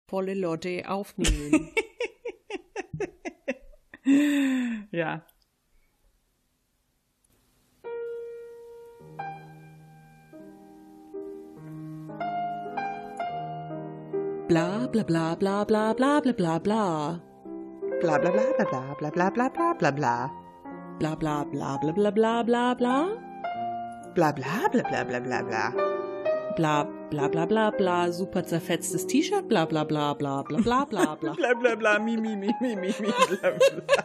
volle Lotte aufnehmen. Ja. Bla bla bla bla bla bla bla bla bla. Bla bla bla bla bla bla bla bla bla bla. Bla bla bla bla bla bla bla bla. Bla bla bla bla bla bla bla. Bla bla bla bla bla, super zerfetztes T-Shirt, bla bla bla bla bla bla bla bla. Bla bla bla, mi, bla bla.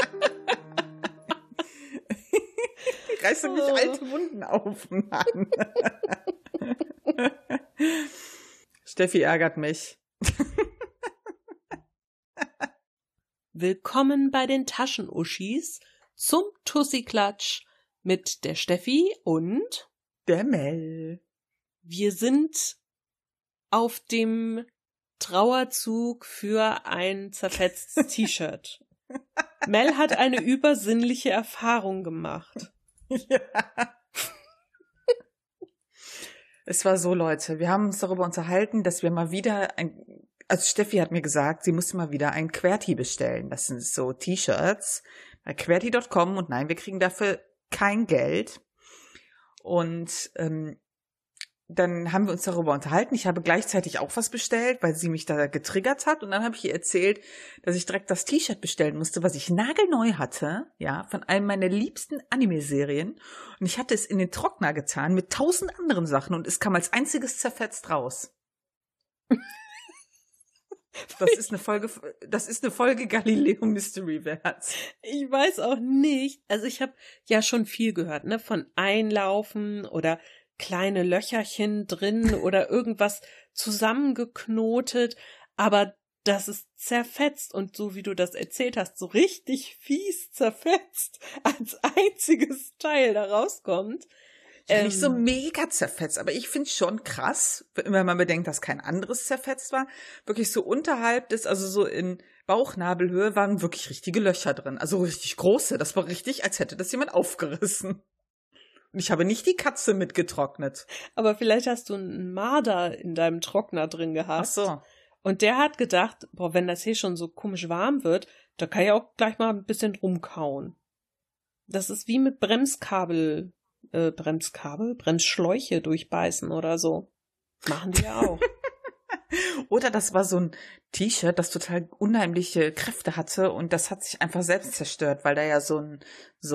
Reißt du nicht alte Wunden auf, Mann. Steffi ärgert mich. Willkommen bei den Taschenuschis zum Tussi-Klatsch mit der Steffi und der Mel. Wir sind auf dem Trauerzug für ein zerfetztes T-Shirt. Mel hat eine übersinnliche Erfahrung gemacht. Ja. Es war so, Leute, wir haben uns darüber unterhalten, dass wir mal wieder also Steffi hat mir gesagt, sie musste mal wieder ein QWERTY bestellen. Das sind so T-Shirts bei QWERTY.com und nein, wir kriegen dafür kein Geld. Und dann haben wir uns darüber unterhalten. Ich habe gleichzeitig auch was bestellt, weil sie mich da getriggert hat. Und dann habe ich ihr erzählt, dass ich direkt das T-Shirt bestellen musste, was ich nagelneu hatte, ja, von einem meiner liebsten Anime-Serien. Und ich hatte es in den Trockner getan mit 1000 anderen Sachen und es kam als einziges zerfetzt raus. Das ist eine Folge Galileo Mystery wert. Ich weiß auch nicht. Also ich habe ja schon viel gehört, ne, von Einlaufen oder kleine Löcherchen drin oder irgendwas zusammengeknotet, aber das ist zerfetzt und so wie du das erzählt hast, so richtig fies zerfetzt als einziges Teil da rauskommt. Ja, nicht so mega zerfetzt, aber ich finde es schon krass, wenn man bedenkt, dass kein anderes zerfetzt war. Wirklich so unterhalb des, also so in Bauchnabelhöhe waren wirklich richtige Löcher drin. Also richtig große. Das war richtig, als hätte das jemand aufgerissen. Und ich habe nicht die Katze mitgetrocknet. Aber vielleicht hast du einen Marder in deinem Trockner drin gehabt. Ach so. Und der hat gedacht, boah, wenn das hier schon so komisch warm wird, da kann ich auch gleich mal ein bisschen rumkauen. Das ist wie mit Bremsschläuche durchbeißen oder so. Machen die ja auch. Oder das war so ein T-Shirt, das total unheimliche Kräfte hatte und das hat sich einfach selbst zerstört, weil da ja so ein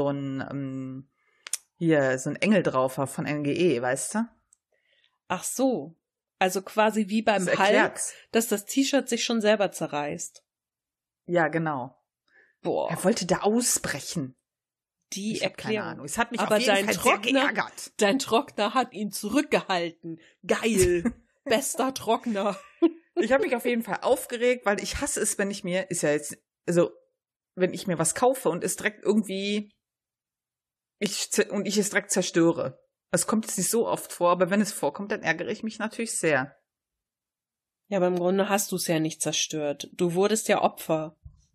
Engel drauf war von NGE, weißt du? Ach so. Also quasi wie beim Hulk, dass das T-Shirt sich schon selber zerreißt. Ja, genau. Boah. Er wollte da ausbrechen. Die Erklärung. Keine Ahnung. Es hat mich aber auf jeden Fall sehr geärgert. Dein Trockner hat ihn zurückgehalten. Geil. Bester Trockner. Ich habe mich auf jeden Fall aufgeregt, weil ich hasse es, wenn ich mir was kaufe und es direkt irgendwie ich es direkt zerstöre. Das kommt jetzt nicht so oft vor, aber wenn es vorkommt, dann ärgere ich mich natürlich sehr. Ja, aber im Grunde hast du es ja nicht zerstört. Du wurdest ja Opfer.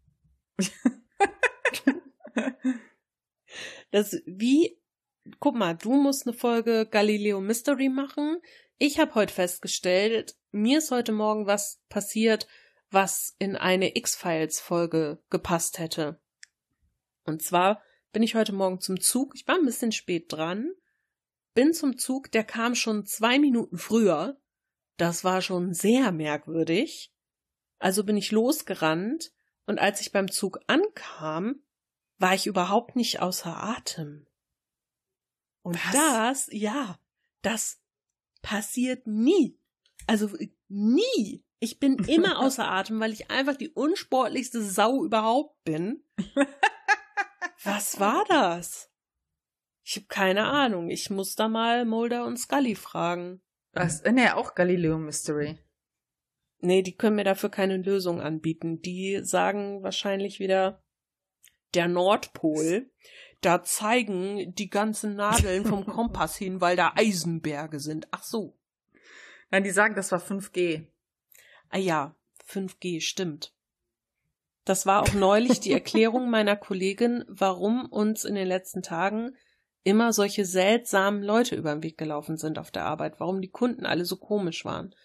Guck mal, du musst eine Folge Galileo Mystery machen. Ich habe heute festgestellt, mir ist heute Morgen was passiert, was in eine X-Files-Folge gepasst hätte. Und zwar bin ich heute Morgen zum Zug. Ich war ein bisschen spät dran. Bin zum Zug, der kam schon 2 Minuten früher. Das war schon sehr merkwürdig. Also bin ich losgerannt und als ich beim Zug ankam, war ich überhaupt nicht außer Atem. Und was? Das passiert nie. Also nie. Ich bin immer außer Atem, weil ich einfach die unsportlichste Sau überhaupt bin. Was war das? Ich habe keine Ahnung. Ich muss da mal Mulder und Scully fragen. Was? Nee, auch Galileo Mystery. Nee, die können mir dafür keine Lösung anbieten. Die sagen wahrscheinlich wieder, der Nordpol, da zeigen die ganzen Nadeln vom Kompass hin, weil da Eisenberge sind. Ach so. Nein, die sagen, das war 5G. Ah ja, 5G, stimmt. Das war auch neulich die Erklärung meiner Kollegin, warum uns in den letzten Tagen immer solche seltsamen Leute über den Weg gelaufen sind auf der Arbeit, warum die Kunden alle so komisch waren.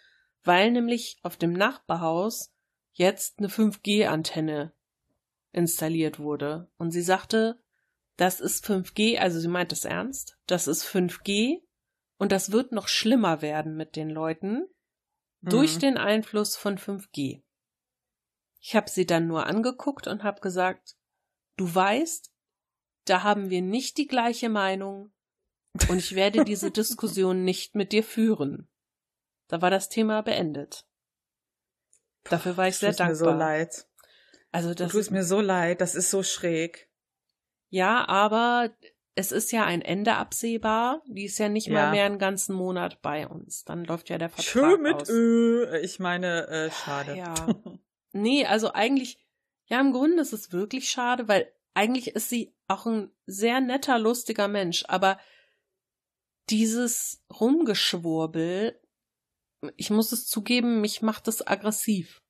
weil nämlich auf dem Nachbarhaus jetzt eine 5G-Antenne installiert wurde. Und sie sagte, das ist 5G, also sie meint es ernst, das ist 5G und das wird noch schlimmer werden mit den Leuten durch den Einfluss von 5G. Ich habe sie dann nur angeguckt und habe gesagt, du weißt, da haben wir nicht die gleiche Meinung und ich werde diese Diskussion nicht mit dir führen. Da war das Thema beendet. Dafür war ich sehr dankbar. Tut mir so leid. Also das tut mir so leid, das ist so schräg. Ja, aber es ist ja ein Ende absehbar. Die ist ja nicht mal mehr einen ganzen Monat bei uns. Dann läuft ja der Vertrag schön mit aus. Ich meine, schade. Ja. Nee, also eigentlich, ja, im Grunde ist es wirklich schade, weil eigentlich ist sie auch ein sehr netter, lustiger Mensch. Aber dieses Rumgeschwurbel, ich muss es zugeben, mich macht es aggressiv.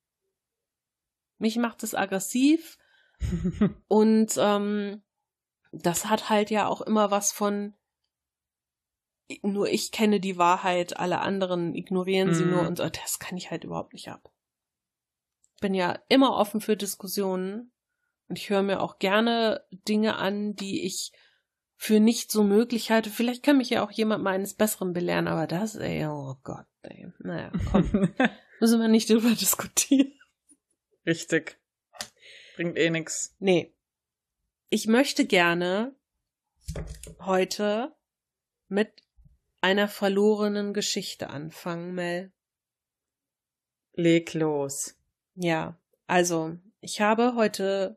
Und das hat halt ja auch immer was von, nur ich kenne die Wahrheit, alle anderen ignorieren sie nur und das kann ich halt überhaupt nicht ab. Ich bin ja immer offen für Diskussionen und ich höre mir auch gerne Dinge an, die ich für nicht so möglich halte. Vielleicht kann mich ja auch jemand mal eines Besseren belehren, aber das, ey, oh Gott, ey. Naja, komm, müssen wir nicht drüber diskutieren. Richtig. Bringt eh nix. Nee. Ich möchte gerne heute mit einer verlorenen Geschichte anfangen, Mel. Leg los. Ja, also ich habe heute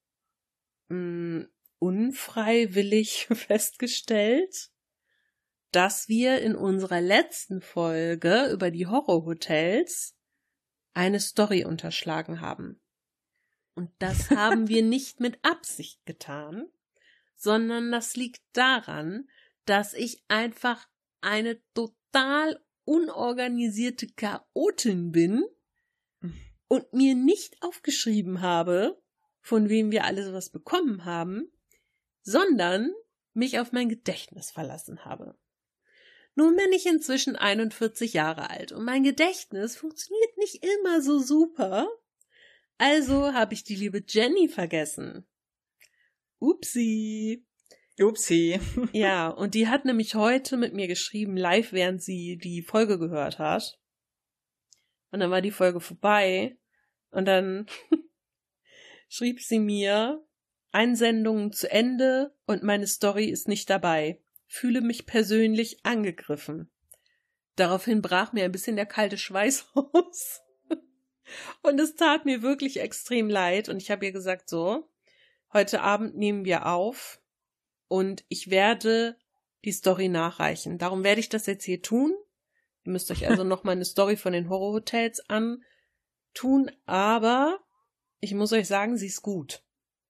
unfreiwillig festgestellt, dass wir in unserer letzten Folge über die Horrorhotels eine Story unterschlagen haben. Und das haben wir nicht mit Absicht getan, sondern das liegt daran, dass ich einfach eine total unorganisierte Chaotin bin und mir nicht aufgeschrieben habe, von wem wir alles was bekommen haben, sondern mich auf mein Gedächtnis verlassen habe. Nun bin ich inzwischen 41 Jahre alt und mein Gedächtnis funktioniert nicht immer so super. Also habe ich die liebe Jenny vergessen. Upsi. Ja, und die hat nämlich heute mit mir geschrieben, live, während sie die Folge gehört hat. Und dann war die Folge vorbei. Und dann schrieb sie mir, Einsendungen zu Ende und meine Story ist nicht dabei. Fühle mich persönlich angegriffen. Daraufhin brach mir ein bisschen der kalte Schweiß aus. Und es tat mir wirklich extrem leid. Und ich habe ihr gesagt, so, heute Abend nehmen wir auf und ich werde die Story nachreichen. Darum werde ich das jetzt hier tun. Ihr müsst euch also noch mal eine Story von den Horrorhotels antun, aber ich muss euch sagen, sie ist gut.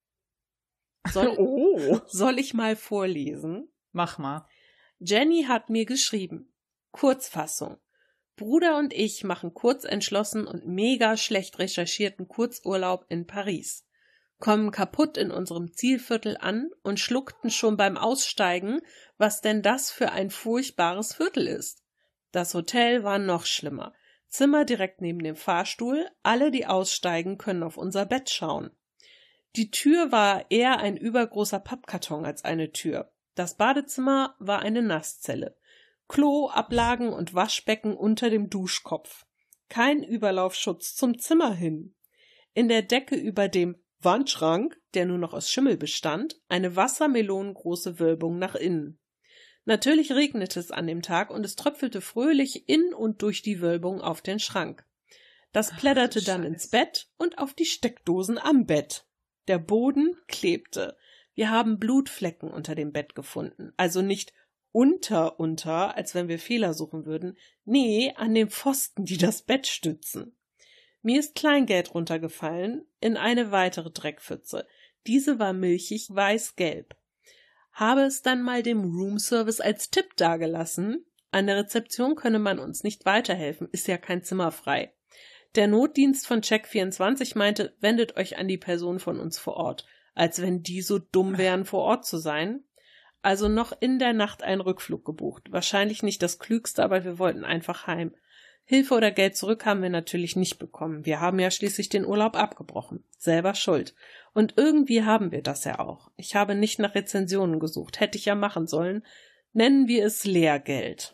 Soll ich mal vorlesen? Mach mal. Jenny hat mir geschrieben. Kurzfassung. Bruder und ich machen kurzentschlossen und mega schlecht recherchierten Kurzurlaub in Paris, kommen kaputt in unserem Zielviertel an und schluckten schon beim Aussteigen, was denn das für ein furchtbares Viertel ist. Das Hotel war noch schlimmer. Zimmer direkt neben dem Fahrstuhl, alle, die aussteigen, können auf unser Bett schauen. Die Tür war eher ein übergroßer Pappkarton als eine Tür. Das Badezimmer war eine Nasszelle. Klo, Ablagen und Waschbecken unter dem Duschkopf. Kein Überlaufschutz zum Zimmer hin. In der Decke über dem Wandschrank, der nur noch aus Schimmel bestand, eine wassermelonengroße Wölbung nach innen. Natürlich regnete es an dem Tag und es tröpfelte fröhlich in und durch die Wölbung auf den Schrank. Das plätterte dann ins Bett und auf die Steckdosen am Bett. Der Boden klebte. Wir haben Blutflecken unter dem Bett gefunden, also nicht unter, als wenn wir Fehler suchen würden. Nee, an den Pfosten, die das Bett stützen. Mir ist Kleingeld runtergefallen in eine weitere Dreckpfütze. Diese war milchig weiß-gelb. Habe es dann mal dem Roomservice als Tipp dagelassen. An der Rezeption könne man uns nicht weiterhelfen, ist ja kein Zimmer frei. Der Notdienst von Check24 meinte, wendet euch an die Person von uns vor Ort, als wenn die so dumm wären, vor Ort zu sein. Also noch in der Nacht einen Rückflug gebucht. Wahrscheinlich nicht das Klügste, aber wir wollten einfach heim. Hilfe oder Geld zurück haben wir natürlich nicht bekommen. Wir haben ja schließlich den Urlaub abgebrochen. Selber schuld. Und irgendwie haben wir das ja auch. Ich habe nicht nach Rezensionen gesucht. Hätte ich ja machen sollen. Nennen wir es Lehrgeld.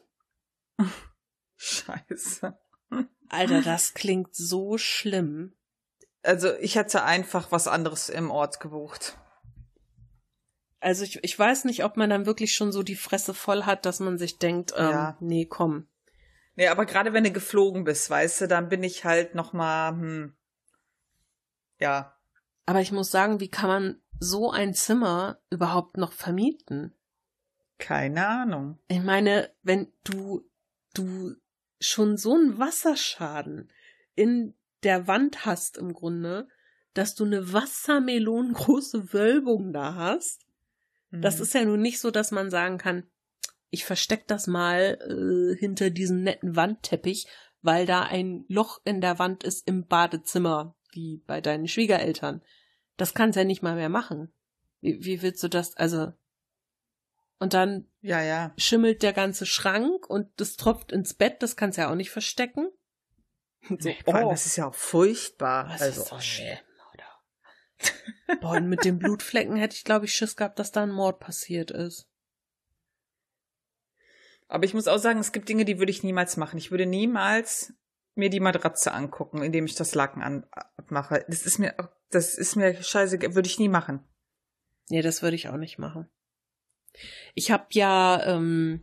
Scheiße. Alter, das klingt so schlimm. Also ich hätte einfach was anderes im Ort gebucht. Also ich weiß nicht, ob man dann wirklich schon so die Fresse voll hat, dass man sich denkt, nee, komm. Nee, aber gerade wenn du geflogen bist, weißt du, dann bin ich halt nochmal, ja. Aber ich muss sagen, wie kann man so ein Zimmer überhaupt noch vermieten? Keine Ahnung. Ich meine, wenn du schon so einen Wasserschaden in der Wand hast im Grunde, dass du eine wassermelonengroße Wölbung da hast, das ist ja nun nicht so, dass man sagen kann, ich versteck das mal hinter diesem netten Wandteppich, weil da ein Loch in der Wand ist im Badezimmer, wie bei deinen Schwiegereltern. Das kannst ja nicht mal mehr machen. Wie willst du das, also... Und dann schimmelt der ganze Schrank und das tropft ins Bett, das kannst du ja auch nicht verstecken. So, das ist ja auch furchtbar. Das ist so schlimm, oder? Boah, und mit den Blutflecken hätte ich, glaube ich, Schiss gehabt, dass da ein Mord passiert ist. Aber ich muss auch sagen, es gibt Dinge, die würde ich niemals machen. Ich würde niemals mir die Matratze angucken, indem ich das Laken anmache. Das ist mir scheiße, würde ich nie machen. Nee, das würde ich auch nicht machen. Ich habe ja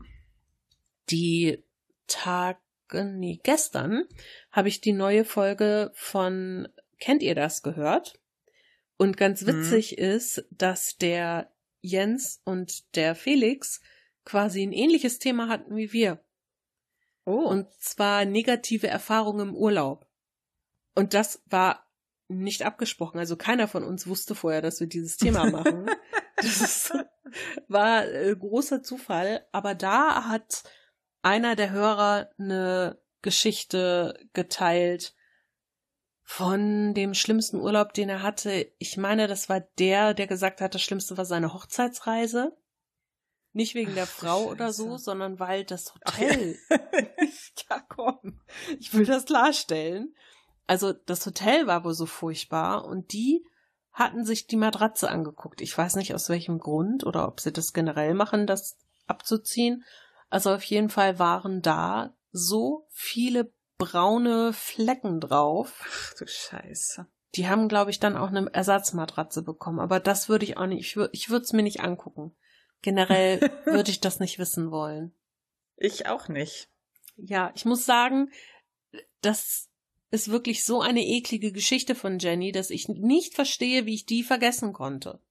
gestern habe ich die neue Folge von Kennt ihr das gehört? Und ganz witzig ist, dass der Jens und der Felix quasi ein ähnliches Thema hatten wie wir. Oh. Und zwar negative Erfahrungen im Urlaub. Und das war nicht abgesprochen. Also keiner von uns wusste vorher, dass wir dieses Thema machen. Das war großer Zufall. Aber da hat einer der Hörer eine Geschichte geteilt von dem schlimmsten Urlaub, den er hatte. Ich meine, das war der gesagt hat, das Schlimmste war seine Hochzeitsreise. Nicht wegen der Frau oder so, sondern weil das Hotel... Ja, komm. Ich will das klarstellen. Also das Hotel war wohl so furchtbar und die hatten sich die Matratze angeguckt. Ich weiß nicht, aus welchem Grund oder ob sie das generell machen, das abzuziehen. Also auf jeden Fall waren da so viele braune Flecken drauf. Ach du Scheiße. Die haben, glaube ich, dann auch eine Ersatzmatratze bekommen. Aber das würde ich auch nicht, ich würde es mir nicht angucken. Generell würde ich das nicht wissen wollen. Ich auch nicht. Ja, ich muss sagen, das ist wirklich so eine eklige Geschichte von Jenny, dass ich nicht verstehe, wie ich die vergessen konnte.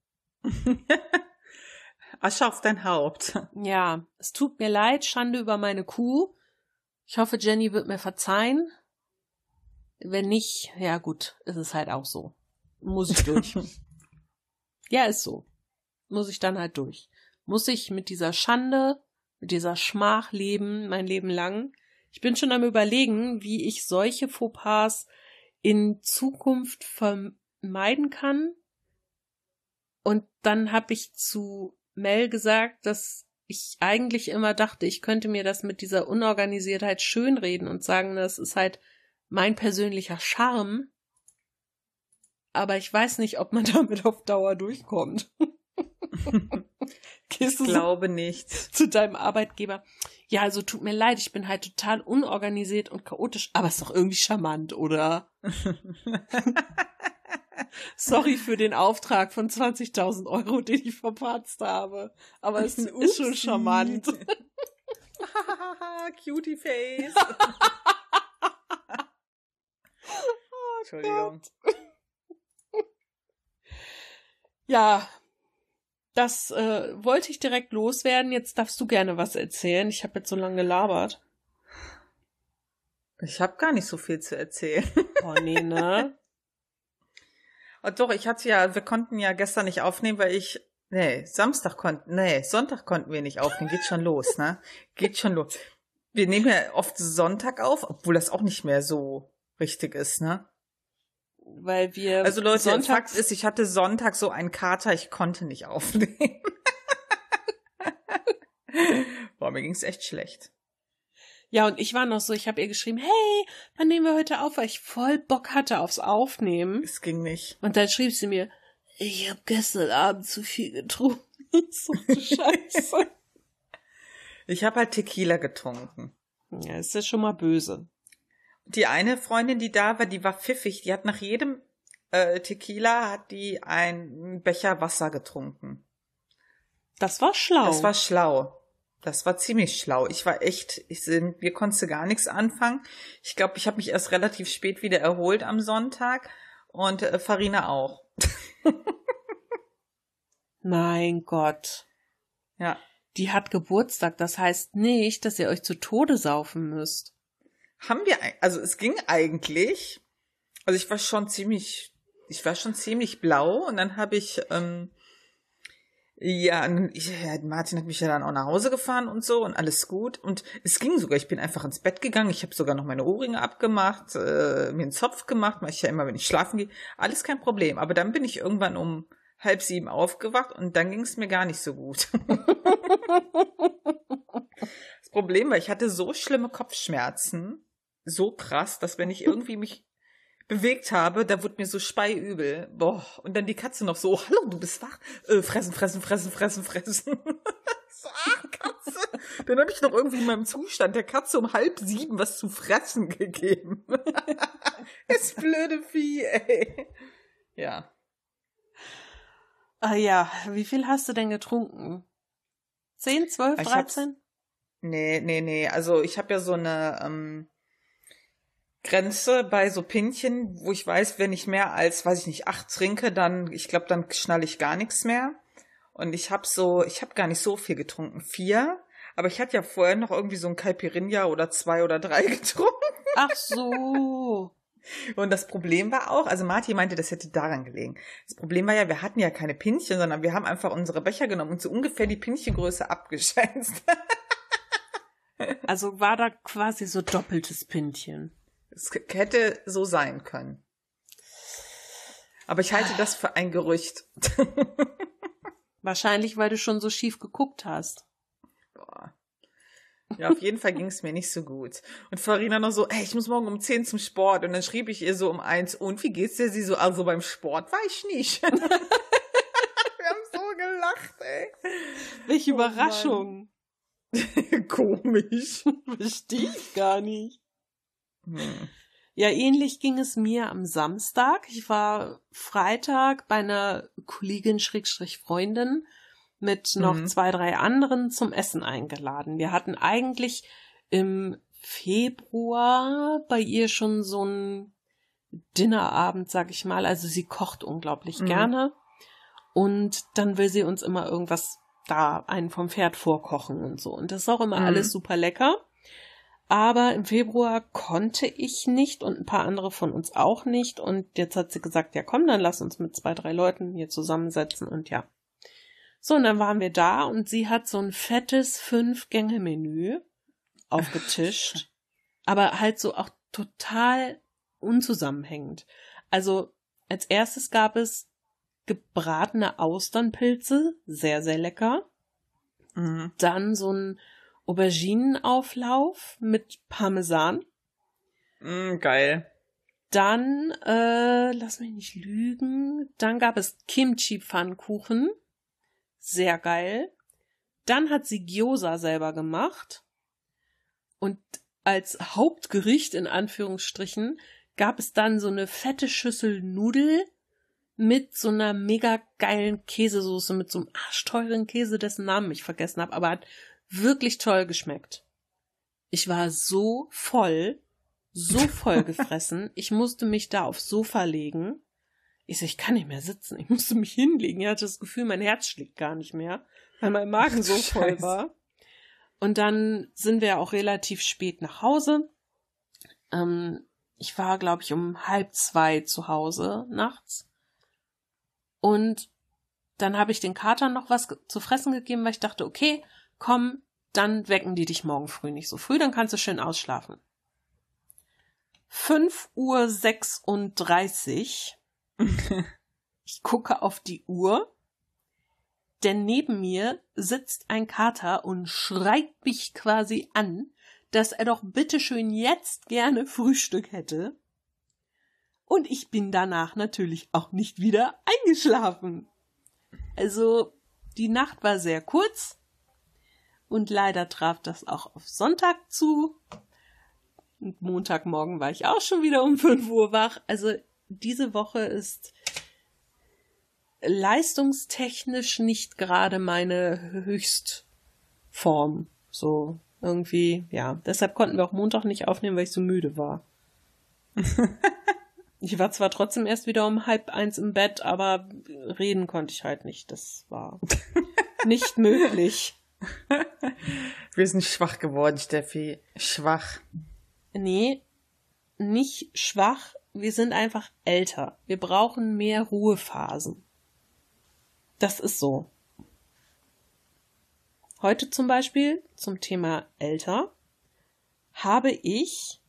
Asche auf dein Haupt. Ja, es tut mir leid, Schande über meine Kuh. Ich hoffe, Jenny wird mir verzeihen. Wenn nicht, ja gut, ist es halt auch so. Muss ich durch. Ja, ist so. Muss ich dann halt durch. Muss ich mit dieser Schande, mit dieser Schmach leben, mein Leben lang. Ich bin schon am Überlegen, wie ich solche Fauxpas in Zukunft vermeiden kann. Und dann habe ich zu Mel gesagt, dass ich eigentlich immer dachte, ich könnte mir das mit dieser Unorganisiertheit schönreden und sagen, das ist halt mein persönlicher Charme. Aber ich weiß nicht, ob man damit auf Dauer durchkommt. Ich glaube nicht. Zu deinem Arbeitgeber. Ja, also tut mir leid, ich bin halt total unorganisiert und chaotisch, aber ist doch irgendwie charmant, oder? Sorry für den Auftrag von 20.000 €, den ich verpatzt habe. Aber es ist schon charmant. Cutie Face. Entschuldigung. Ja, das wollte ich direkt loswerden. Jetzt darfst du gerne was erzählen. Ich habe jetzt so lange gelabert. Ich habe gar nicht so viel zu erzählen. Oh nee, ne? Oh, doch, wir konnten ja gestern nicht aufnehmen, weil Sonntag konnten wir nicht aufnehmen. Geht schon los, ne? Geht schon los. Wir nehmen ja oft Sonntag auf, obwohl das auch nicht mehr so richtig ist, ne? Weil wir Also Leute, Fakt ist, ich hatte Sonntag so einen Kater, ich konnte nicht aufnehmen. Boah, mir ging's echt schlecht. Ja, und ich war noch so, ich habe ihr geschrieben, hey, wann nehmen wir heute auf? Weil ich voll Bock hatte aufs Aufnehmen. Es ging nicht. Und dann schrieb sie mir, ich habe gestern Abend zu viel getrunken. So Scheiße. Ich habe halt Tequila getrunken. Ja, ist ja schon mal böse. Die eine Freundin, die da war, die war pfiffig. Die hat nach jedem Tequila hat die einen Becher Wasser getrunken. Das war schlau. Das war schlau. Das war ziemlich schlau. Ich war echt, mir konnte gar nichts anfangen. Ich glaube, ich habe mich erst relativ spät wieder erholt am Sonntag und Farina auch. Mein Gott. Ja. Die hat Geburtstag, das heißt nicht, dass ihr euch zu Tode saufen müsst. Haben wir, also es ging eigentlich, also ich war schon ziemlich blau und dann habe ich, Martin hat mich ja dann auch nach Hause gefahren und so und alles gut und es ging sogar, ich bin einfach ins Bett gegangen, ich habe sogar noch meine Ohrringe abgemacht, mir einen Zopf gemacht, mache ich ja immer, wenn ich schlafen gehe, alles kein Problem, aber dann bin ich irgendwann um 6:30 aufgewacht und dann ging es mir gar nicht so gut. Das Problem war, ich hatte so schlimme Kopfschmerzen, so krass, dass wenn ich irgendwie mich bewegt habe, da wurde mir so speiübel. Boah, und dann die Katze noch so, hallo, du bist wach? Fressen. So, Katze. Dann habe ich noch irgendwie in meinem Zustand der Katze um 6:30 was zu fressen gegeben. Das blöde Vieh, ey. Ja. Ah ja, wie viel hast du denn getrunken? 10, 12, 13? Nee. Also ich habe ja so eine Grenze bei so Pinchen, wo ich weiß, wenn ich mehr als, 8 trinke, dann schnalle ich gar nichts mehr. Und ich habe gar nicht so viel getrunken. 4, aber ich hatte ja vorher noch irgendwie so ein Caipirinha oder 2 oder 3 getrunken. Ach so. Und das Problem war auch, also Martin meinte, das hätte daran gelegen. Das Problem war ja, wir hatten ja keine Pinchen, sondern wir haben einfach unsere Becher genommen und so ungefähr die Pinchengröße abgeschätzt. Also war da quasi so doppeltes Pinchen. Es hätte so sein können. Aber ich halte das für ein Gerücht. Wahrscheinlich, weil du schon so schief geguckt hast. Boah. Ja, auf jeden Fall ging es mir nicht so gut. Und Farina noch so, ey, ich muss morgen um 10 zum Sport. Und dann schrieb ich ihr so um 1, und wie geht's dir? Sie so, also beim Sport war ich nicht. Wir haben so gelacht, ey. Welche Überraschung. Komisch. Verstehe ich gar nicht. Ja, ähnlich ging es mir am Samstag. Ich war Freitag bei einer Kollegin Freundin mit noch 2, 3 anderen zum Essen eingeladen. Wir hatten eigentlich im Februar bei ihr schon so einen Dinnerabend, sag ich mal. Also sie kocht unglaublich gerne. Und dann will sie uns immer irgendwas einen vom Pferd vorkochen und so. Und das ist auch immer alles super lecker. Aber im Februar konnte ich nicht und ein paar andere von uns auch nicht. Und jetzt hat sie gesagt, ja komm, dann lass uns mit 2, 3 Leuten hier zusammensetzen und ja. So, und dann waren wir da und sie hat so ein fettes 5-Gänge-Menü aufgetischt. Aber halt so auch total unzusammenhängend. Also als erstes gab es gebratene Austernpilze, sehr, sehr lecker. Dann so ein Auberginenauflauf mit Parmesan. Geil. Dann, lass mich nicht lügen, dann gab es Kimchi-Pfannkuchen. Sehr geil. Dann hat sie Gyoza selber gemacht. Und als Hauptgericht, in Anführungsstrichen, gab es dann so eine fette Schüssel Nudel mit so einer mega geilen Käsesoße, mit so einem arschteuren Käse, dessen Namen ich vergessen habe, aber hat wirklich toll geschmeckt. Ich war so voll gefressen. Ich musste mich da aufs Sofa legen. Ich so, ich kann nicht mehr sitzen. Ich musste mich hinlegen. Ich hatte das Gefühl, mein Herz schlägt gar nicht mehr, weil mein Magen so voll war. Und dann sind wir auch relativ spät nach Hause. Ich war, glaube ich, um 1:30 zu Hause nachts. Und dann habe ich den Katern noch was zu fressen gegeben, weil ich dachte, okay, komm, dann wecken die dich morgen früh nicht so früh, dann kannst du schön ausschlafen. 5:36 Ich gucke auf die Uhr, denn neben mir sitzt ein Kater und schreit mich quasi an, dass er doch bitteschön jetzt gerne Frühstück hätte. Und ich bin danach natürlich auch nicht wieder eingeschlafen. Also, die Nacht war sehr kurz und leider traf das auch auf Sonntag zu. Und Montagmorgen war ich auch schon wieder um 5 Uhr wach. Also, diese Woche ist leistungstechnisch nicht gerade meine Höchstform. So irgendwie, ja. Deshalb konnten wir auch Montag nicht aufnehmen, weil ich so müde war. Ich war zwar trotzdem erst wieder um 12:30 im Bett, aber reden konnte ich halt nicht. Das war nicht möglich. Wir sind schwach geworden, Steffi. Schwach. Nee, nicht schwach. Wir sind einfach älter. Wir brauchen mehr Ruhephasen. Das ist so. Heute zum Beispiel zum Thema älter habe ich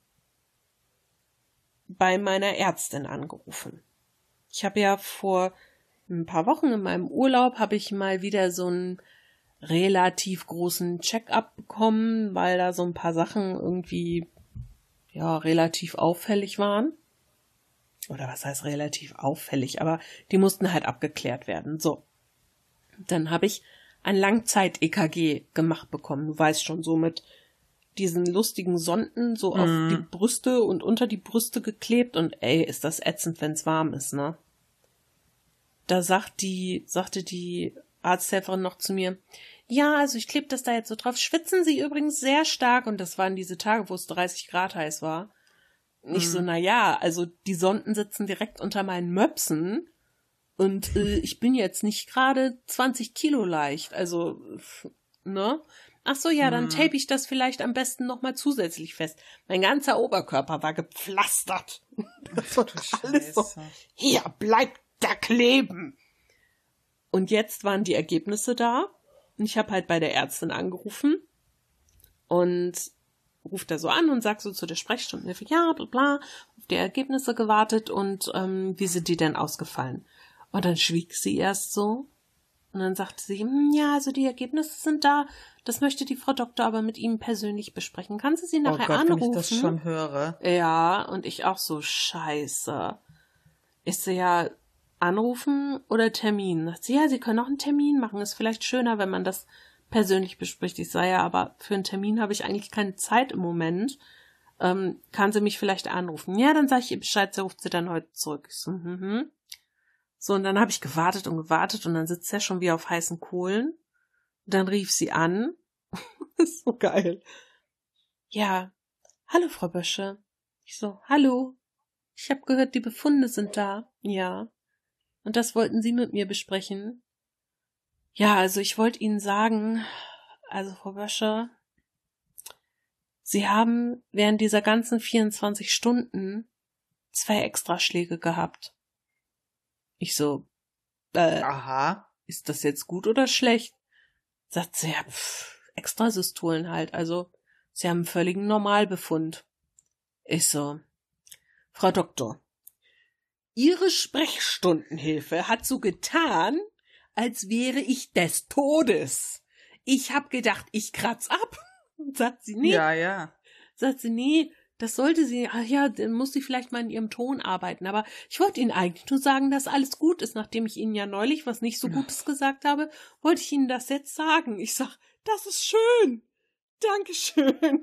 bei meiner Ärztin angerufen. Ich habe ja vor ein paar Wochen in meinem Urlaub habe ich mal wieder so einen relativ großen Check-up bekommen, weil da so ein paar Sachen irgendwie ja relativ auffällig waren. Oder was heißt relativ auffällig, aber die mussten halt abgeklärt werden. So. Dann habe ich ein Langzeit-EKG gemacht bekommen. Du weißt schon, so mit diesen lustigen Sonden so auf die Brüste und unter die Brüste geklebt. Und ey, ist das ätzend, wenn's warm ist, ne? Da sagte die Arzthelferin noch zu mir, ja, also ich klebe das da jetzt so drauf. Schwitzen Sie übrigens sehr stark. Und das waren diese Tage, wo es 30 Grad heiß war. Ich so, naja, also die Sonden sitzen direkt unter meinen Möpsen. Und ich bin jetzt nicht gerade 20 Kilo leicht. Also, ne? Ach so, ja, dann tape ich das vielleicht am besten nochmal zusätzlich fest. Mein ganzer Oberkörper war gepflastert. Das war alles so, hier, bleibt da kleben. Und jetzt waren die Ergebnisse da. Und ich habe halt bei der Ärztin angerufen. Und ruft er so an und sagt so zu der Sprechstundenhilfe, ja, bla bla, auf die Ergebnisse gewartet und wie sind die denn ausgefallen? Und dann schwieg sie erst so. Und dann sagte sie, ja, also die Ergebnisse sind da. Das möchte die Frau Doktor aber mit Ihnen persönlich besprechen. Kann sie nachher anrufen? Wenn ich das schon höre. Ja, und ich auch so, scheiße. Ich so, ja, anrufen oder Termin? Sagt sie, ja, Sie können auch einen Termin machen. Ist vielleicht schöner, wenn man das persönlich bespricht. Ich sage, ja, aber für einen Termin habe ich eigentlich keine Zeit im Moment. Kann sie mich vielleicht anrufen? Ja, dann sage ich ihr Bescheid, sie ruft sie dann heute zurück. Ich so, So, und dann habe ich gewartet und dann sitzt er schon wie auf heißen Kohlen. Und dann rief sie an. Ist so geil. Ja, hallo Frau Bösche. Ich so, hallo. Ich habe gehört, die Befunde sind da. Ja. Und das wollten Sie mit mir besprechen? Ja, also ich wollte Ihnen sagen, also Frau Bösche, Sie haben während dieser ganzen 24 Stunden 2 Extraschläge gehabt. Ich so, Aha. Ist das jetzt gut oder schlecht? Sagt sie, ja, Extrasystolen halt, also Sie haben einen völligen Normalbefund. Ich so, Frau Doktor, Ihre Sprechstundenhilfe hat so getan, als wäre ich des Todes. Ich hab gedacht, ich kratz ab. Sagt sie, nee. Ja. Sagt sie, nee, das sollte sie, ach ja, dann muss sie vielleicht mal in ihrem Ton arbeiten. Aber ich wollte Ihnen eigentlich nur sagen, dass alles gut ist. Nachdem ich Ihnen ja neulich was nicht so Gutes gesagt habe, wollte ich Ihnen das jetzt sagen. Ich sag, das ist schön. Dankeschön.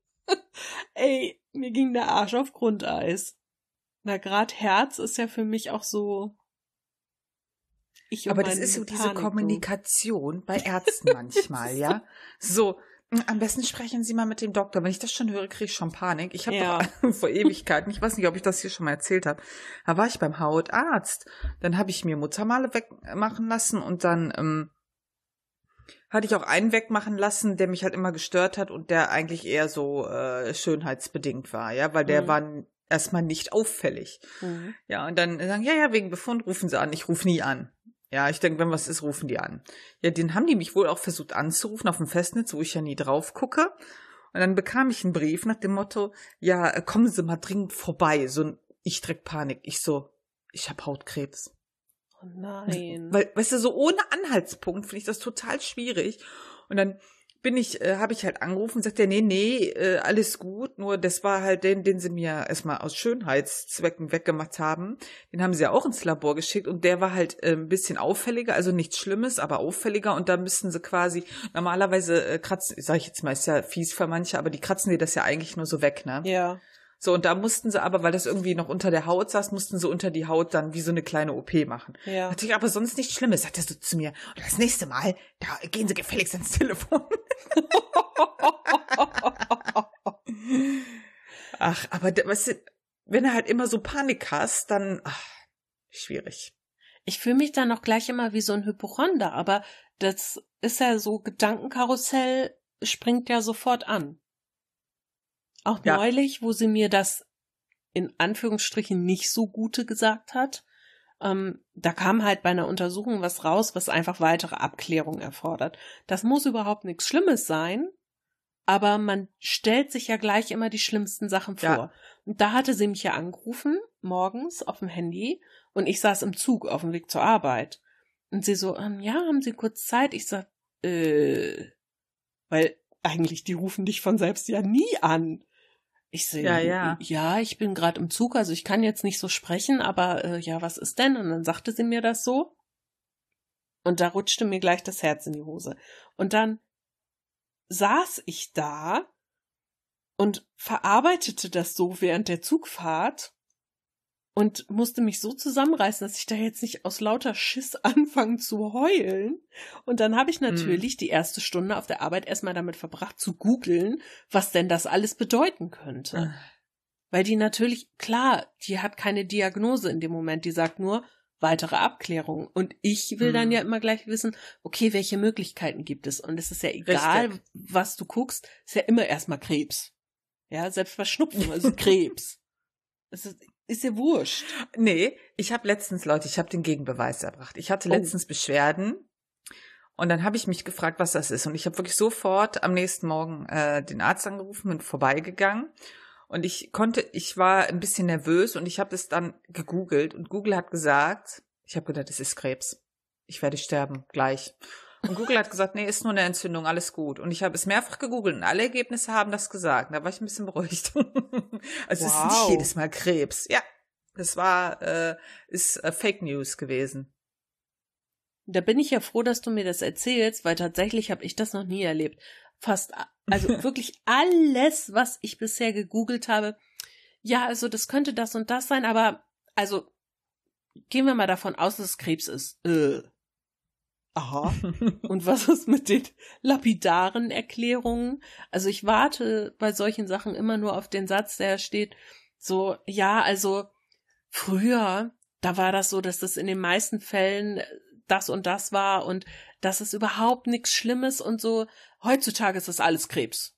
Ey, mir ging der Arsch auf Grundeis. Na, grad Herz ist ja für mich auch so. Aber das ist so diese Kommunikation bei Ärzten manchmal, ja? So, am besten sprechen Sie mal mit dem Doktor. Wenn ich das schon höre, kriege ich schon Panik. Ich habe vor Ewigkeiten, ich weiß nicht, ob ich das hier schon mal erzählt habe, da war ich beim Hautarzt. Dann habe ich mir Muttermale wegmachen lassen und dann hatte ich auch einen wegmachen lassen, der mich halt immer gestört hat und der eigentlich eher so schönheitsbedingt war, ja, weil der war erstmal nicht auffällig. Ja, und dann sagen, ja, wegen Befund rufen Sie an. Ich rufe nie an. Ja, ich denke, wenn was ist, rufen die an. Ja, den haben die mich wohl auch versucht anzurufen auf dem Festnetz, wo ich ja nie drauf gucke. Und dann bekam ich einen Brief nach dem Motto, ja, kommen Sie mal dringend vorbei. Ich direkt Panik. Ich so, ich habe Hautkrebs. Oh nein. Weil, weißt du, so ohne Anhaltspunkt finde ich das total schwierig. Und dann habe ich halt angerufen, sagt er, nee, alles gut, nur das war halt den sie mir erstmal aus Schönheitszwecken weggemacht haben. Den haben sie ja auch ins Labor geschickt und der war halt ein bisschen auffälliger, also nichts Schlimmes, aber auffälliger und da müssten sie quasi, normalerweise kratzen, sag ich jetzt mal, ist ja fies für manche, aber die kratzen dir das ja eigentlich nur so weg, ne? Ja. So, und da mussten sie aber, weil das irgendwie noch unter der Haut saß, mussten sie unter die Haut dann wie so eine kleine OP machen. Ja. Natürlich aber sonst nichts Schlimmes, sagt er so zu mir. Und das nächste Mal, da gehen sie gefälligst ans Telefon. Ach, aber weißt du, wenn du halt immer so Panik hast, dann schwierig. Ich fühle mich dann auch gleich immer wie so ein Hypochonder, aber das ist ja so, Gedankenkarussell springt ja sofort an. Auch Ja. neulich, wo sie mir das in Anführungsstrichen nicht so Gute gesagt hat, da kam halt bei einer Untersuchung was raus, was einfach weitere Abklärung erfordert. Das muss überhaupt nichts Schlimmes sein, aber man stellt sich ja gleich immer die schlimmsten Sachen vor. Ja. Und da hatte sie mich ja angerufen, morgens auf dem Handy, und ich saß im Zug auf dem Weg zur Arbeit. Und sie so, ja, haben Sie kurz Zeit? Ich sag, weil eigentlich, die rufen dich von selbst ja nie an. Ich sehe, ja, ich bin gerade im Zug, also ich kann jetzt nicht so sprechen, aber ja, was ist denn? Und dann sagte sie mir das so. Und da rutschte mir gleich das Herz in die Hose. Und dann saß ich da und verarbeitete das so während der Zugfahrt und musste mich so zusammenreißen, dass ich da jetzt nicht aus lauter Schiss anfange zu heulen. Und dann habe ich natürlich die erste Stunde auf der Arbeit erstmal damit verbracht, zu googeln, was denn das alles bedeuten könnte. Weil die natürlich, klar, die hat keine Diagnose in dem Moment, die sagt nur weitere Abklärung. Und ich will dann ja immer gleich wissen, okay, welche Möglichkeiten gibt es? Und es ist ja egal, Richtig. was du guckst, ist ja immer erstmal Krebs. Ja, selbst bei Schnupfen, also Krebs. Es ist ja wurscht. Nee, ich habe den Gegenbeweis erbracht. Ich hatte letztens Beschwerden und dann habe ich mich gefragt, was das ist. Und ich habe wirklich sofort am nächsten Morgen den Arzt angerufen und vorbeigegangen. Und ich war ein bisschen nervös und ich habe das dann gegoogelt und Google hat gesagt, ich habe gedacht, es ist Krebs. Ich werde sterben, gleich. Und Google hat gesagt, nee, ist nur eine Entzündung, alles gut. Und ich habe es mehrfach gegoogelt und alle Ergebnisse haben das gesagt. Da war ich ein bisschen beruhigt. Also es ist nicht jedes Mal Krebs. Ja, das ist Fake News gewesen. Da bin ich ja froh, dass du mir das erzählst, weil tatsächlich habe ich das noch nie erlebt. Also wirklich alles, was ich bisher gegoogelt habe, ja, also das könnte das und das sein, aber also gehen wir mal davon aus, dass es Krebs ist. Aha. Und was ist mit den lapidaren Erklärungen? Also ich warte bei solchen Sachen immer nur auf den Satz, der steht so, ja, also früher, da war das so, dass das in den meisten Fällen das und das war und das ist überhaupt nichts Schlimmes und so. Heutzutage ist das alles Krebs.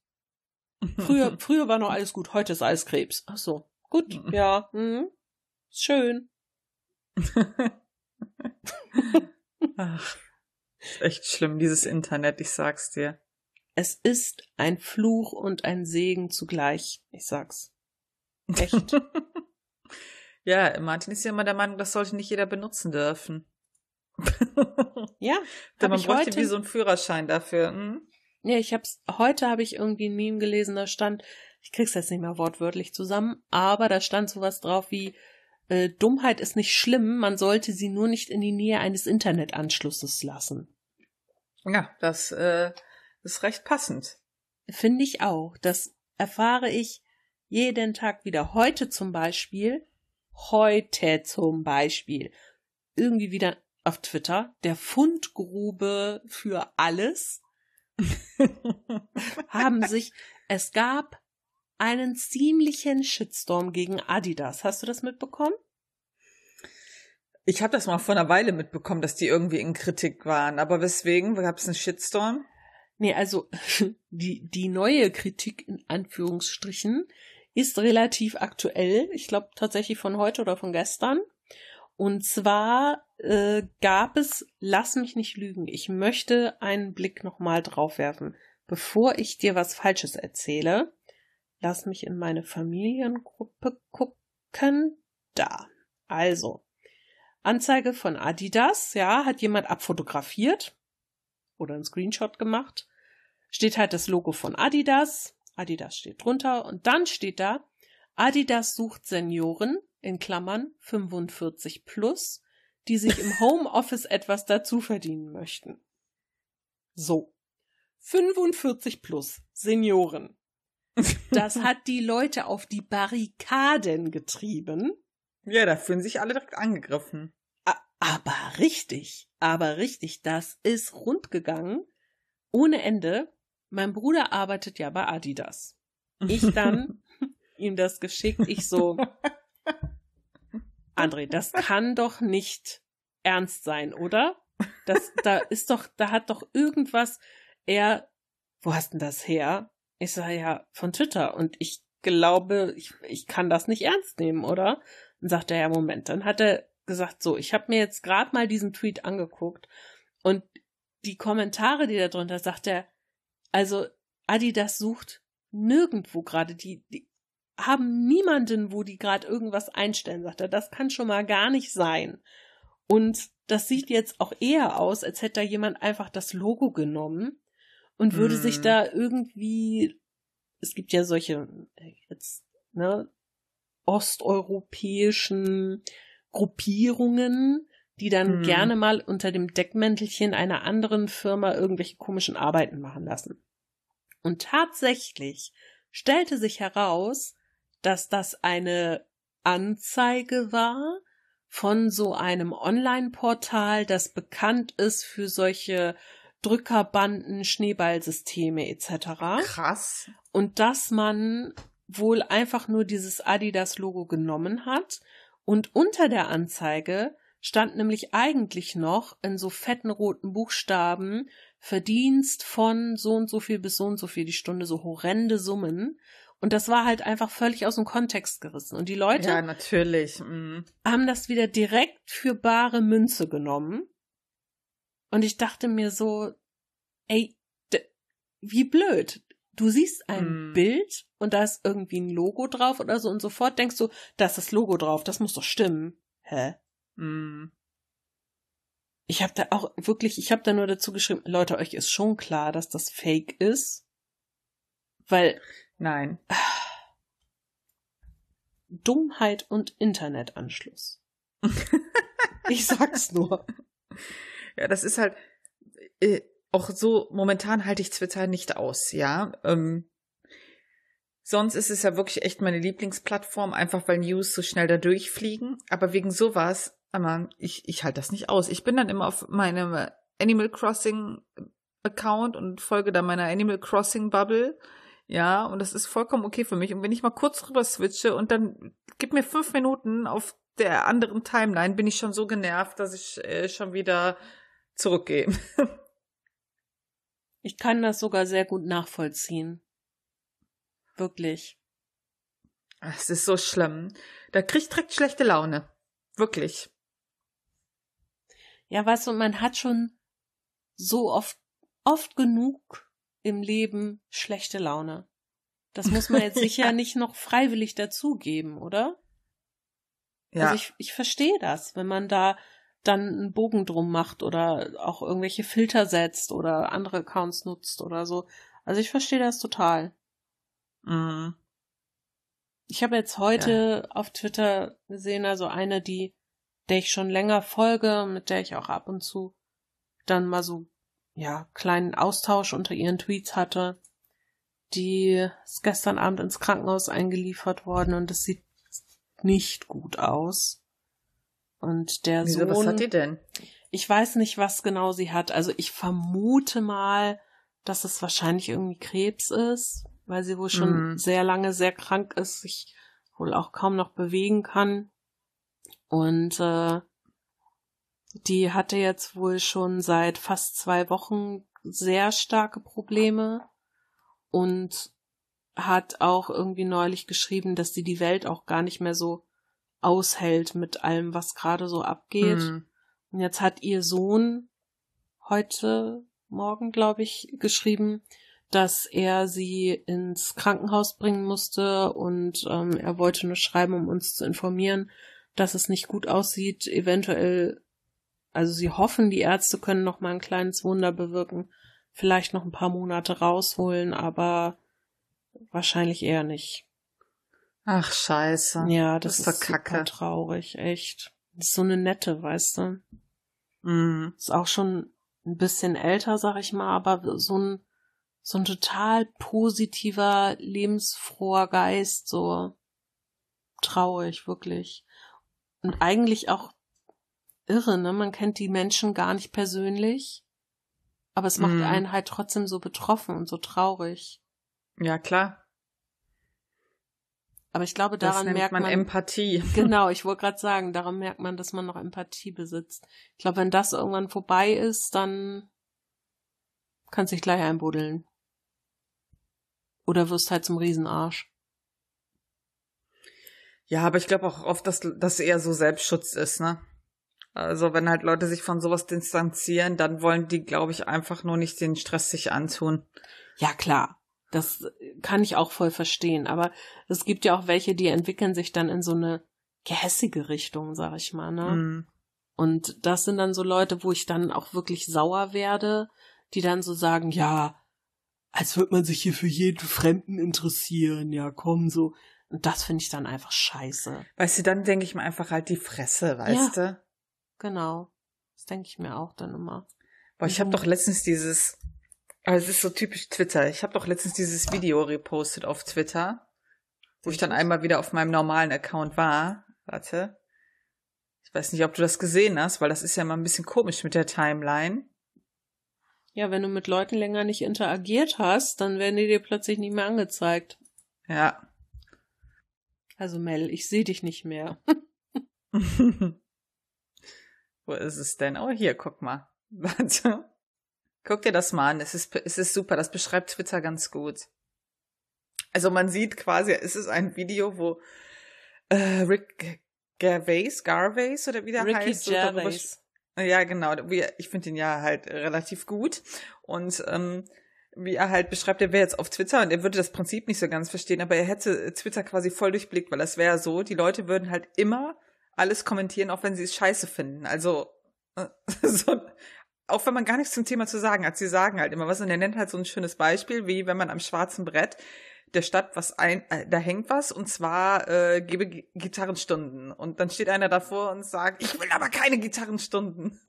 Früher war noch alles gut, heute ist alles Krebs. Ach so, gut, ja, schön. Ach. Ist echt schlimm, dieses Internet, ich sag's dir. Es ist ein Fluch und ein Segen zugleich, ich sag's. Echt. Ja, Martin ist ja immer der Meinung, das sollte nicht jeder benutzen dürfen. Ja, man bräuchte wie so einen Führerschein dafür. Ja, heute habe ich irgendwie ein Meme gelesen, da stand, ich krieg's jetzt nicht mehr wortwörtlich zusammen, aber da stand sowas drauf wie, Dummheit ist nicht schlimm, man sollte sie nur nicht in die Nähe eines Internetanschlusses lassen. Ja, das ist recht passend. Finde ich auch. Das erfahre ich jeden Tag wieder. Heute zum Beispiel, irgendwie wieder auf Twitter, der Fundgrube für alles, es gab einen ziemlichen Shitstorm gegen Adidas. Hast du das mitbekommen? Ich habe das mal vor einer Weile mitbekommen, dass die irgendwie in Kritik waren. Aber weswegen? Gab es einen Shitstorm? Nee, also die neue Kritik in Anführungsstrichen ist relativ aktuell. Ich glaube tatsächlich von heute oder von gestern. Und zwar gab es, lass mich nicht lügen, ich möchte einen Blick nochmal drauf werfen, bevor ich dir was Falsches erzähle. Lass mich in meine Familiengruppe gucken. Da. Also, Anzeige von Adidas, ja, hat jemand abfotografiert oder einen Screenshot gemacht. steht halt das Logo von Adidas. Adidas steht drunter und dann steht da, Adidas sucht Senioren, in Klammern 45 plus, die sich im Homeoffice etwas dazu verdienen möchten. So. 45 plus Senioren. Das hat die Leute auf die Barrikaden getrieben. Ja, da fühlen sich alle direkt angegriffen. Aber richtig, das ist rund gegangen. Ohne Ende. Mein Bruder arbeitet ja bei Adidas. Ich dann ihm das geschickt. Ich so, André, das kann doch nicht ernst sein, oder? Da hat doch irgendwas, wo hast denn das her? Ich sage, ja, von Twitter. Und ich glaube, ich kann das nicht ernst nehmen, oder? Dann sagt er, ja, Moment. Dann hat er gesagt, so, ich habe mir jetzt gerade mal diesen Tweet angeguckt und die Kommentare, die da drunter, sagt er, also Adidas sucht nirgendwo gerade, die haben niemanden, wo die gerade irgendwas einstellen, sagt er. Das kann schon mal gar nicht sein. Und das sieht jetzt auch eher aus, als hätte da jemand einfach das Logo genommen und würde sich da irgendwie, es gibt ja solche jetzt, osteuropäischen Gruppierungen, die dann gerne mal unter dem Deckmäntelchen einer anderen Firma irgendwelche komischen Arbeiten machen lassen. Und tatsächlich stellte sich heraus, dass das eine Anzeige war von so einem Online-Portal, das bekannt ist für solche Drückerbanden, Schneeballsysteme etc. Krass. Und dass man wohl einfach nur dieses Adidas-Logo genommen hat und unter der Anzeige stand nämlich eigentlich noch in so fetten roten Buchstaben Verdienst von so und so viel bis so und so viel die Stunde, so horrende Summen. Und das war halt einfach völlig aus dem Kontext gerissen. Und die Leute ja, natürlich. haben das wieder direkt für bare Münze genommen. Und ich dachte mir so, ey, wie blöd. Du siehst ein Bild und da ist irgendwie ein Logo drauf oder so und sofort denkst du, da ist das Logo drauf, das muss doch stimmen. Hä? Ich habe da nur dazu geschrieben, Leute, euch ist schon klar, dass das Fake ist. Weil nein. Dummheit und Internetanschluss. Ich sag's nur. Ja, das ist halt auch so, momentan halte ich Twitter nicht aus, ja. Sonst ist es ja wirklich echt meine Lieblingsplattform, einfach weil News so schnell da durchfliegen. Aber wegen sowas, ich halte das nicht aus. Ich bin dann immer auf meinem Animal Crossing Account und folge da meiner Animal Crossing Bubble. Ja, und das ist vollkommen okay für mich. Und wenn ich mal kurz rüber switche und dann gib mir 5 Minuten auf der anderen Timeline, bin ich schon so genervt, dass ich schon wieder zurückgehe. Ich kann das sogar sehr gut nachvollziehen. Wirklich. Es ist so schlimm. Da krieg ich direkt schlechte Laune. Wirklich. Ja, weißt du, man hat schon so oft genug im Leben schlechte Laune. Das muss man jetzt sicher nicht noch freiwillig dazugeben, oder? Ja. Also ich verstehe das, wenn man da dann einen Bogen drum macht oder auch irgendwelche Filter setzt oder andere Accounts nutzt oder so. Also ich verstehe das total. Mhm. Ich habe jetzt heute auf Twitter gesehen, also eine, der ich schon länger folge, mit der ich auch ab und zu dann mal so, kleinen Austausch unter ihren Tweets hatte. Die ist gestern Abend ins Krankenhaus eingeliefert worden und es sieht nicht gut aus. Und der Wieso, Sohn... was hat die denn? Ich weiß nicht, was genau sie hat. Also ich vermute mal, dass es wahrscheinlich irgendwie Krebs ist, weil sie wohl schon sehr lange sehr krank ist, sich wohl auch kaum noch bewegen kann. Und die hatte jetzt wohl schon seit fast 2 Wochen sehr starke Probleme und hat auch irgendwie neulich geschrieben, dass sie die Welt auch gar nicht mehr so aushält mit allem, was gerade so abgeht. Und jetzt hat ihr Sohn heute Morgen, glaube ich, geschrieben, dass er sie ins Krankenhaus bringen musste und er wollte nur schreiben, um uns zu informieren, dass es nicht gut aussieht. Eventuell, also sie hoffen, die Ärzte können noch mal ein kleines Wunder bewirken. vielleicht noch ein paar Monate rausholen, aber wahrscheinlich eher nicht. Ach, scheiße. Ja, das ist ist doch super Kacke. traurig, echt. Das ist so eine nette, weißt du. Mhm. Ist auch schon ein bisschen älter, sag ich mal, aber so ein total positiver, lebensfroher Geist, so traurig, wirklich. Und eigentlich auch irre, ne? Man kennt die Menschen gar nicht persönlich, aber es macht einen halt trotzdem so betroffen und so traurig. Ja, klar. Aber ich glaube, Das daran nennt merkt man Empathie. Genau, ich wollte gerade sagen, daran merkt man, dass man noch Empathie besitzt. Ich glaube, wenn das irgendwann vorbei ist, dann kannst du dich gleich einbuddeln. Oder wirst halt zum Riesenarsch. Ja, aber ich glaube auch oft, dass das eher so Selbstschutz ist, ne? Also wenn halt Leute sich von sowas distanzieren, dann wollen die, glaube ich, einfach nur nicht den Stress sich antun. Ja, klar. Das kann ich auch voll verstehen. Aber es gibt ja auch welche, die entwickeln sich dann in so eine gehässige Richtung, sag ich mal, ne? Mhm. Und das sind dann so Leute, wo ich dann auch wirklich sauer werde, die dann so sagen, ja, als würde man sich hier für jeden Fremden interessieren, ja, komm, so. Und das finde ich dann einfach scheiße. Weißt du, dann denke ich mir einfach halt die Fresse, weißt du? Genau. Das denke ich mir auch dann immer. Boah, ich habe doch letztens es ist so typisch Twitter, ich habe doch letztens dieses Video repostet auf Twitter, wo ich dann einmal wieder auf meinem normalen Account war. Warte. Ich weiß nicht, ob du das gesehen hast, weil das ist ja mal ein bisschen komisch mit der Timeline. Ja, wenn du mit Leuten länger nicht interagiert hast, dann werden die dir plötzlich nicht mehr angezeigt. Ja. Also Mel, ich sehe dich nicht mehr. Wo ist es denn? Oh, hier, guck mal. Warte. Guck dir das mal an. Es ist super. Das beschreibt Twitter ganz gut. Also man sieht quasi, es ist ein Video, wo Rick Gervais oder wie der Ricky heißt. Gervais. Ja, genau. Ich finde ihn ja halt relativ gut. Und wie er halt beschreibt, er wäre jetzt auf Twitter und er würde das Prinzip nicht so ganz verstehen, aber er hätte Twitter quasi voll durchblickt, weil das wäre so, die Leute würden halt immer alles kommentieren, auch wenn sie es scheiße finden. Also so, auch wenn man gar nichts zum Thema zu sagen hat. Sie sagen halt immer was und er nennt halt so ein schönes Beispiel, wie wenn man am schwarzen Brett der Stadt da hängt was und zwar gebe Gitarrenstunden und dann steht einer davor und sagt, ich will aber keine Gitarrenstunden.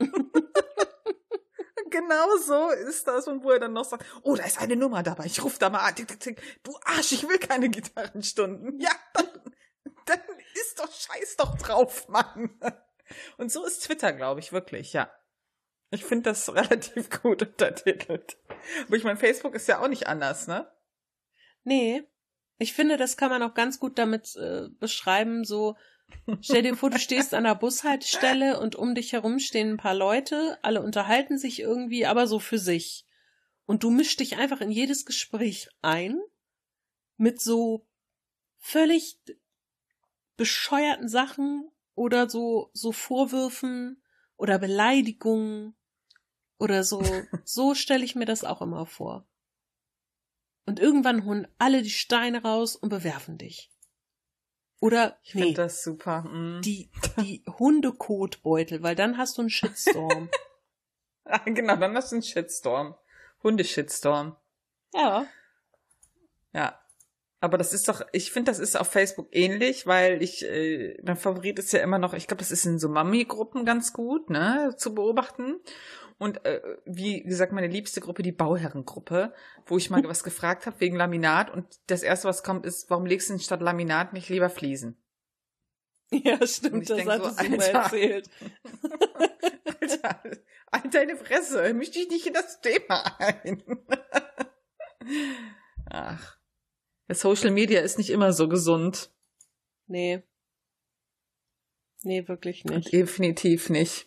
Genau so ist das und wo er dann noch sagt, oh, da ist eine Nummer dabei, ich rufe da mal an, tick, tick, tick. Du Arsch, ich will keine Gitarrenstunden. Ja, dann ist doch scheiß doch drauf, Mann. Und so ist Twitter, glaube ich, wirklich, ja. Ich finde das relativ gut untertitelt. Aber ich meine, Facebook ist ja auch nicht anders, ne? Nee, ich finde, das kann man auch ganz gut damit beschreiben, so, stell dir vor, du stehst an der Bushaltestelle und um dich herum stehen ein paar Leute, alle unterhalten sich irgendwie, aber so für sich. Und du mischst dich einfach in jedes Gespräch ein mit so völlig bescheuerten Sachen oder so Vorwürfen oder Beleidigungen oder so. So stelle ich mir das auch immer vor. Und irgendwann holen alle die Steine raus und bewerfen dich. Oder, ich finde das super. Die Hundekotbeutel, weil dann hast du einen Shitstorm. Genau, dann hast du einen Shitstorm. Hundeshitstorm. Ja. Ja. Aber das ist doch, ich finde, das ist auf Facebook ähnlich, weil mein Favorit ist ja immer noch, ich glaube, das ist in so Mami-Gruppen ganz gut, ne, zu beobachten. Und wie gesagt, meine liebste Gruppe, die Bauherrengruppe, wo ich mal was gefragt habe wegen Laminat und das Erste, was kommt, ist, warum legst du denn statt Laminat nicht lieber Fliesen? Ja, stimmt, das hattest du mal erzählt. Alter, halt deine Fresse, misch dich nicht in das Thema ein. Ach, Social Media ist nicht immer so gesund. Nee. Nee, wirklich nicht. Definitiv nicht.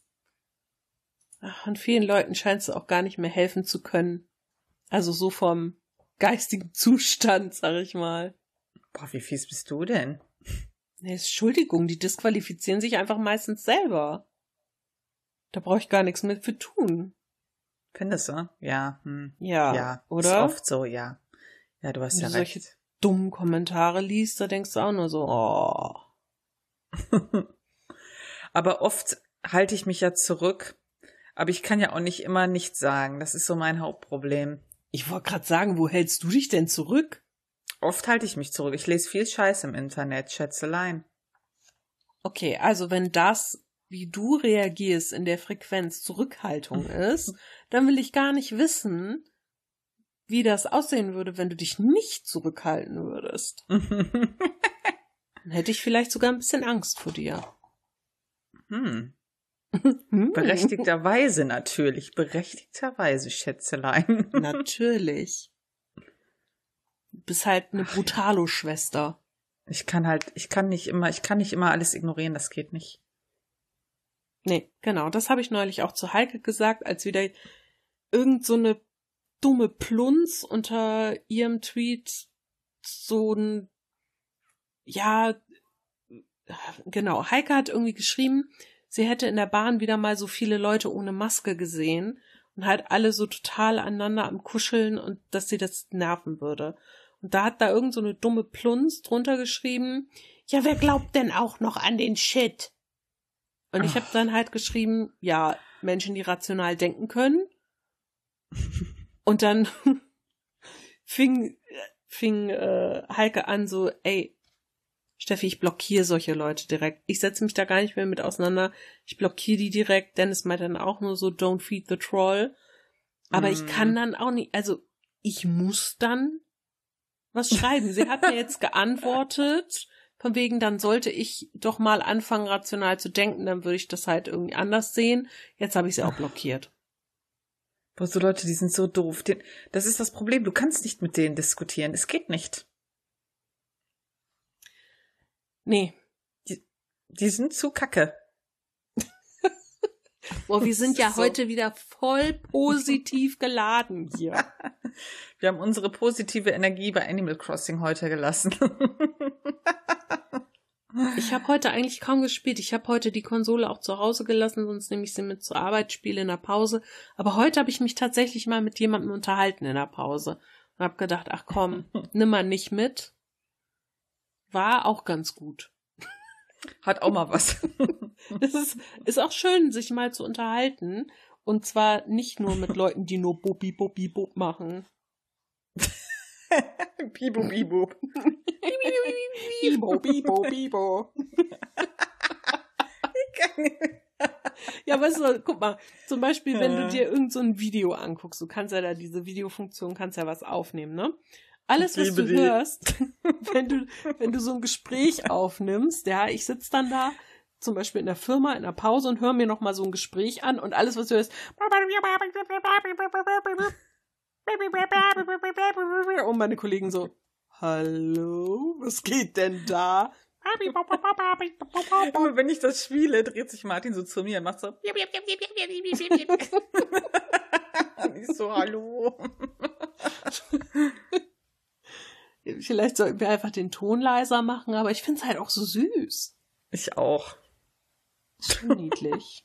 Ach, und vielen Leuten scheint es auch gar nicht mehr helfen zu können. Also so vom geistigen Zustand, sag ich mal. Boah, wie fies bist du denn? Nee, Entschuldigung, die disqualifizieren sich einfach meistens selber. Da brauche ich gar nichts mehr für tun. Findest du? Ja. Ja, oder? Ist oft so, ja. Ja, du hast Wenn ja du recht. solche dummen Kommentare liest, da denkst du auch nur so, oh. Aber oft halte ich mich ja zurück. Aber ich kann ja auch nicht immer nichts sagen. Das ist so mein Hauptproblem. Ich wollte gerade sagen, wo hältst du dich denn zurück? Oft halte ich mich zurück. Ich lese viel Scheiß im Internet, Schätzelein. Okay, also wenn das, wie du reagierst in der Frequenz, Zurückhaltung ist, dann will ich gar nicht wissen, wie das aussehen würde, wenn du dich nicht zurückhalten würdest. Dann hätte ich vielleicht sogar ein bisschen Angst vor dir. Berechtigterweise natürlich. Berechtigterweise, Schätzelein. Natürlich. Du bist halt eine Brutalo-Schwester. Ich kann nicht immer alles ignorieren, das geht nicht. Nee, genau, das habe ich neulich auch zu Heike gesagt, als wieder irgend so eine dumme Plunz unter ihrem Tweet so ein, ja, genau, Heike hat irgendwie geschrieben, sie hätte in der Bahn wieder mal so viele Leute ohne Maske gesehen und halt alle so total aneinander am Kuscheln und dass sie das nerven würde. Und da hat da irgend so eine dumme Plunz drunter geschrieben, ja, wer glaubt denn auch noch an den Shit? Und ich habe dann halt geschrieben, ja, Menschen, die rational denken können. Und dann fing Heike an so, ey, Steffi, ich blockiere solche Leute direkt. Ich setze mich da gar nicht mehr mit auseinander. Ich blockiere die direkt. Dennis meint dann auch nur so, don't feed the troll. Aber ich kann dann auch nicht, also ich muss dann was schreiben. Sie hat mir jetzt geantwortet, von wegen, dann sollte ich doch mal anfangen, rational zu denken, dann würde ich das halt irgendwie anders sehen. Jetzt habe ich sie auch blockiert. Boah, so Leute, die sind so doof. Das ist das Problem, du kannst nicht mit denen diskutieren. Es geht nicht. Nee. Die sind zu kacke. Boah, wir sind ja so heute wieder voll positiv geladen hier. Wir haben unsere positive Energie bei Animal Crossing heute gelassen. Ich habe heute eigentlich kaum gespielt. Ich habe heute die Konsole auch zu Hause gelassen, sonst nehme ich sie mit zur Arbeit, spiele in der Pause. Aber heute habe ich mich tatsächlich mal mit jemandem unterhalten in der Pause und habe gedacht, ach komm, nimm mal nicht mit. War auch ganz gut. Hat auch mal was. Das ist auch schön, sich mal zu unterhalten. Und zwar nicht nur mit Leuten, die nur Bobi, Bobi, Bob machen. Bibo, Bibo. Bibo, Bibo, Bibo. Ja, weißt du, guck mal, zum Beispiel, wenn du dir irgend so ein Video anguckst, du kannst ja da diese Videofunktion, kannst ja was aufnehmen, ne? Alles, was du hörst, wenn du so ein Gespräch aufnimmst, ja, ich sitze dann da, zum Beispiel in der Firma, in der Pause und höre mir nochmal so ein Gespräch an und alles, was du hörst, und meine Kollegen so, hallo, was geht denn da? Immer wenn ich das spiele, dreht sich Martin so zu mir und macht so, und ich so, hallo. Vielleicht sollten wir einfach den Ton leiser machen, aber ich finde es halt auch so süß. Ich auch. So niedlich.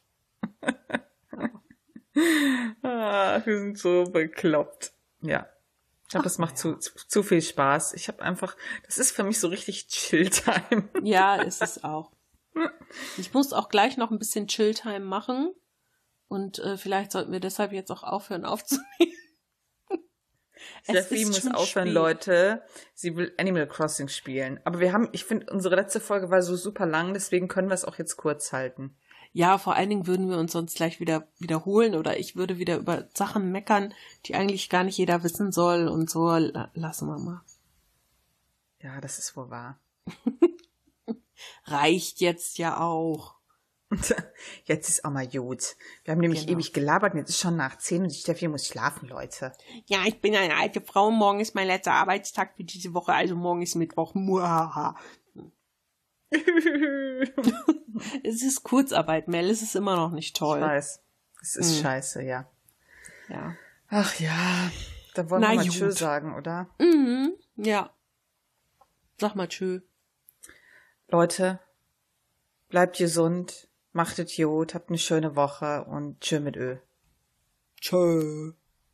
Wir sind so bekloppt. Ja. Ich glaube, das macht zu viel Spaß. Das ist für mich so richtig Chill-Time. Ja, ist es auch. Ich muss auch gleich noch ein bisschen Chill-Time machen und vielleicht sollten wir deshalb jetzt auch aufhören aufzunehmen. Steffi muss aufhören, spät. Leute. Sie will Animal Crossing spielen. Aber ich finde, unsere letzte Folge war so super lang, deswegen können wir es auch jetzt kurz halten. Ja, vor allen Dingen würden wir uns sonst gleich wieder wiederholen oder ich würde wieder über Sachen meckern, die eigentlich gar nicht jeder wissen soll und so. Lassen wir mal. Ja, das ist wohl wahr. Reicht jetzt ja auch. Jetzt ist auch mal gut. Wir haben nämlich ewig gelabert und jetzt ist schon nach 10 und die Steffi muss schlafen, Leute. Ja, ich bin eine alte Frau. Morgen ist mein letzter Arbeitstag für diese Woche, also morgen ist Mittwoch. Es ist Kurzarbeit, Mel. Es ist immer noch nicht toll. Ich weiß. Es ist scheiße, ja. Ja. Ach ja, da wollen wir mal Tschö sagen, oder? Mhm. Ja. Sag mal Tschö. Leute, bleibt gesund. Macht es gut, habt eine schöne Woche und tschö mit Ö. Tschö.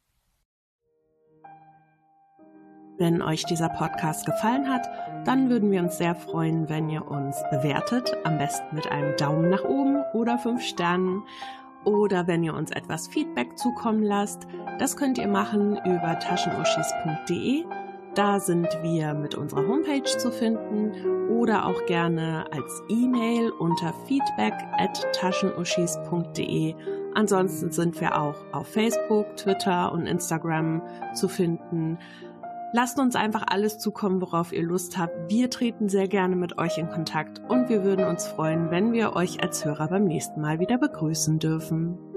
Wenn euch dieser Podcast gefallen hat, dann würden wir uns sehr freuen, wenn ihr uns bewertet. Am besten mit einem Daumen nach oben oder 5 Sternen. oder wenn ihr uns etwas Feedback zukommen lasst. Das könnt ihr machen über taschenuschis.de. Da sind wir mit unserer Homepage zu finden oder auch gerne als E-Mail unter feedback@taschenuschis.de. Ansonsten sind wir auch auf Facebook, Twitter und Instagram zu finden. Lasst uns einfach alles zukommen, worauf ihr Lust habt. Wir treten sehr gerne mit euch in Kontakt und wir würden uns freuen, wenn wir euch als Hörer beim nächsten Mal wieder begrüßen dürfen.